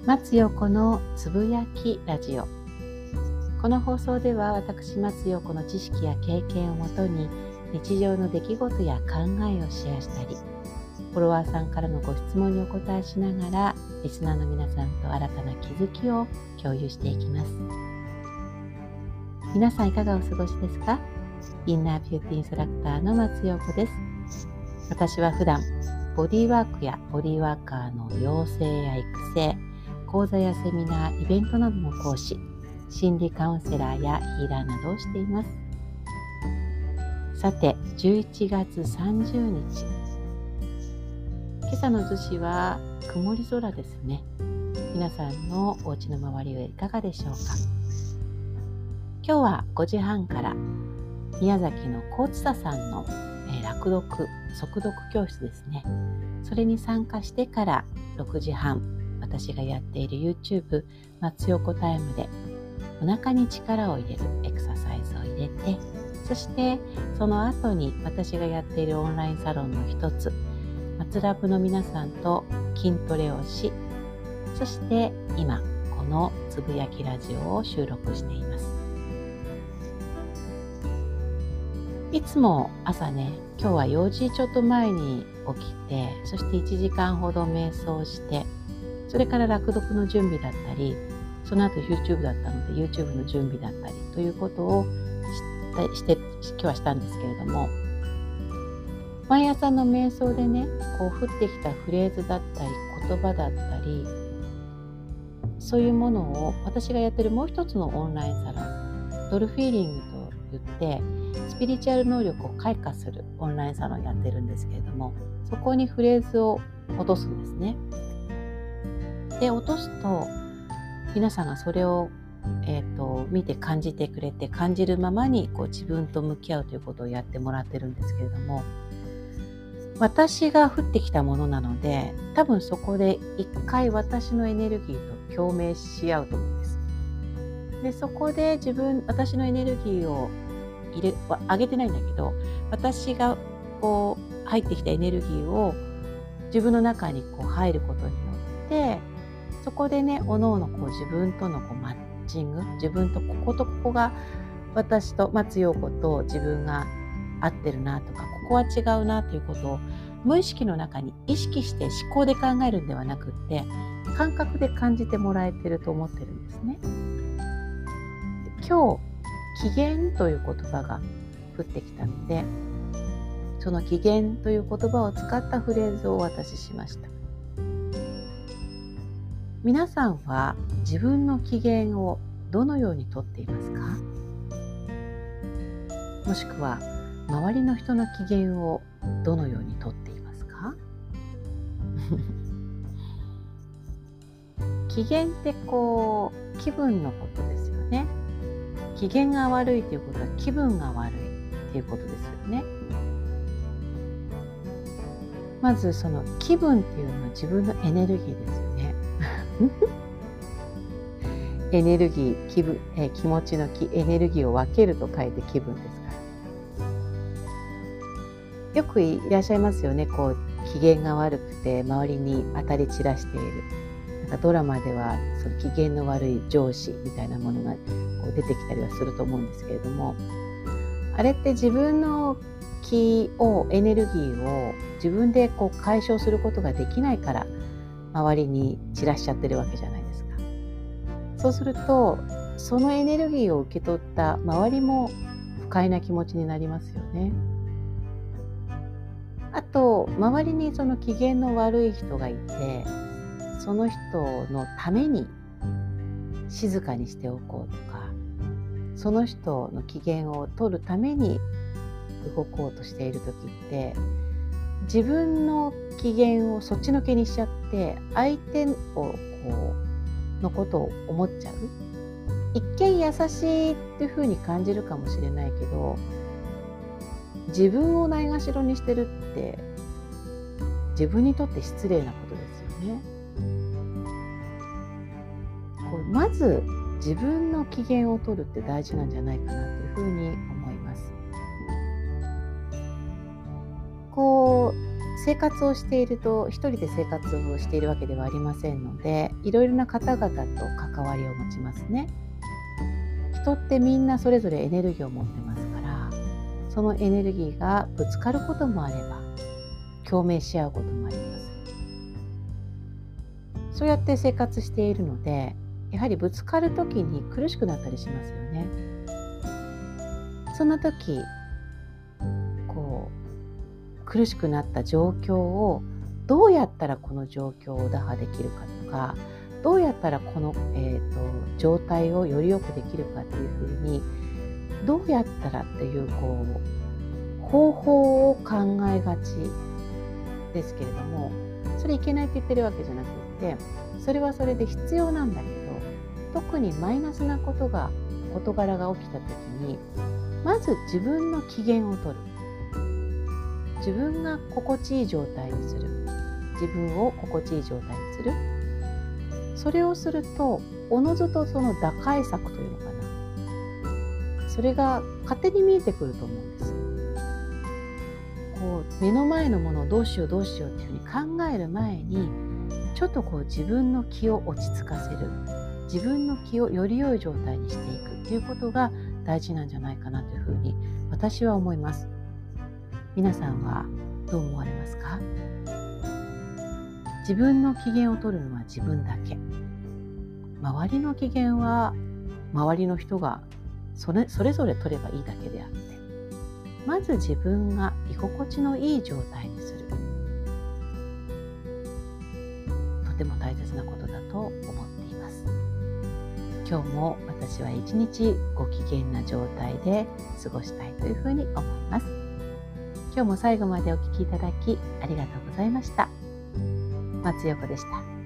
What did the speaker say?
松陽子のつぶやきラジオ。この放送では私松陽子の知識や経験をもとに日常の出来事や考えをシェアしたり、フォロワーさんからのご質問にお答えしながらリスナーの皆さんと新たな気づきを共有していきます。皆さんいかがお過ごしですか？インナービューティーインストラクターの松陽子です。私は普段ボディワークやボディワーカーの養成や育成、講座やセミナー、イベントなどの講師、心理カウンセラーやヒーラーなどをしています。さて、11月30日。今朝の逗子は曇り空ですね。皆さんのお家の周りはいかがでしょうか？今日は5時半から宮崎の高津田さんの速読教室ですね。それに参加してから6時半、私がやっている YouTube 松陽子タイムでお腹に力を入れるエクササイズを入れて、そしてその後に私がやっているオンラインサロンの一つ、松ラブの皆さんと筋トレをし、そして今このつぶやきラジオを収録しています。いつも朝ね、今日は4時ちょっと前に起きて、そして1時間ほど瞑想して、それから落読の準備だったり、その後 YouTube だったので YouTube の準備だったりということをして今日はしたんですけれども、毎朝の瞑想でね、こう降ってきたフレーズだったり言葉だったり、そういうものを私がやってるもう一つのオンラインサロン、ドルフィーリングと言ってスピリチュアル能力を開花するオンラインサロンやってるんですけれども、そこにフレーズを落とすんですね。で、落とすと皆さんがそれを、見て感じてくれて、感じるままにこう自分と向き合うということをやってもらってるんですけれども、私が降ってきたものなので、多分そこで一回私のエネルギーと共鳴し合うと思うんです。で、そこで私のエネルギーを上げてないんだけど、私がこう入ってきたエネルギーを自分の中にこう入ることによって、そこでね、おのおのこう自分とのこうマッチング、自分とこことここが私と松陽子と自分が合ってるなとか、ここは違うなということを無意識の中に意識して思考で考えるんではなくって、感覚で感じてもらえてると思ってるんですね。今日、機嫌という言葉が降ってきたので、その機嫌という言葉を使ったフレーズをお渡ししました。皆さんは自分の機嫌をどのようにとっていますか？もしくは周りの人の機嫌をどのようにとっていますか？機嫌ってこう気分のことですよね。機嫌が悪いということは気分が悪いということですよね。まずその気分っていうのは自分のエネルギーですよね。エネルギー、気分、気持ちのエネルギーを分けると書いて気分ですから。よくいらっしゃいますよね。こう機嫌が悪くて周りに当たり散らしている。なんかドラマではその機嫌の悪い上司みたいなものがこう出てきたりはすると思うんですけれども、あれって自分のエネルギーを自分でこう解消することができないから周りに散らしちゃってるわけじゃないですか。そうするとそのエネルギーを受け取った周りも不快な気持ちになりますよね。あと周りにその機嫌の悪い人がいて、その人のために静かにしておこうとか、その人の機嫌を取るために動こうとしている時って、自分の機嫌をそっちのけにしちゃって相手のことを思っちゃう。一見優しいっていう風に感じるかもしれないけど、自分をないがしろにしてるって自分にとって失礼なことですよね。まず自分の機嫌を取るって大事なんじゃないかなというふうに思います。 生活をしていると一人で生活をしているわけではありませんので、いろいろな方々と関わりを持ちますね。人ってみんなそれぞれエネルギーを持ってますから、そのエネルギーがぶつかることもあれば共鳴し合うこともあります。そうやって生活しているので、やはりぶつかるときに苦しくなったりしますよね。そんな時苦しくなった状況をどうやったらこの状況を打破できるかとか、どうやったらこの、状態をより良くできるかっていうふうに、どうやったらっていう方法を考えがちですけれども、それいけないって言ってるわけじゃなくて、それはそれで必要なんだけど、特にマイナスな事柄が起きた時に、まず自分の機嫌を取る。自分が心地いい状態にする。自分を心地いい状態にする。それをすると、おのずとその打開策というのかな。それが勝手に見えてくると思うんです。目の前のものをどうしようっていうふうに考える前に、ちょっと自分の気を落ち着かせる。自分の気をより良い状態にしていくということが大事なんじゃないかなというふうに私は思います。皆さんはどう思われますか？自分の機嫌を取るのは自分だけ。周りの機嫌は周りの人がそれぞれ取ればいいだけであって、まず自分が居心地のいい状態にする。とても大切なことだと思っています。今日も私は一日ご機嫌な状態で過ごしたいというふうに思います。今日も最後までお聞きいただきありがとうございました。松代子でした。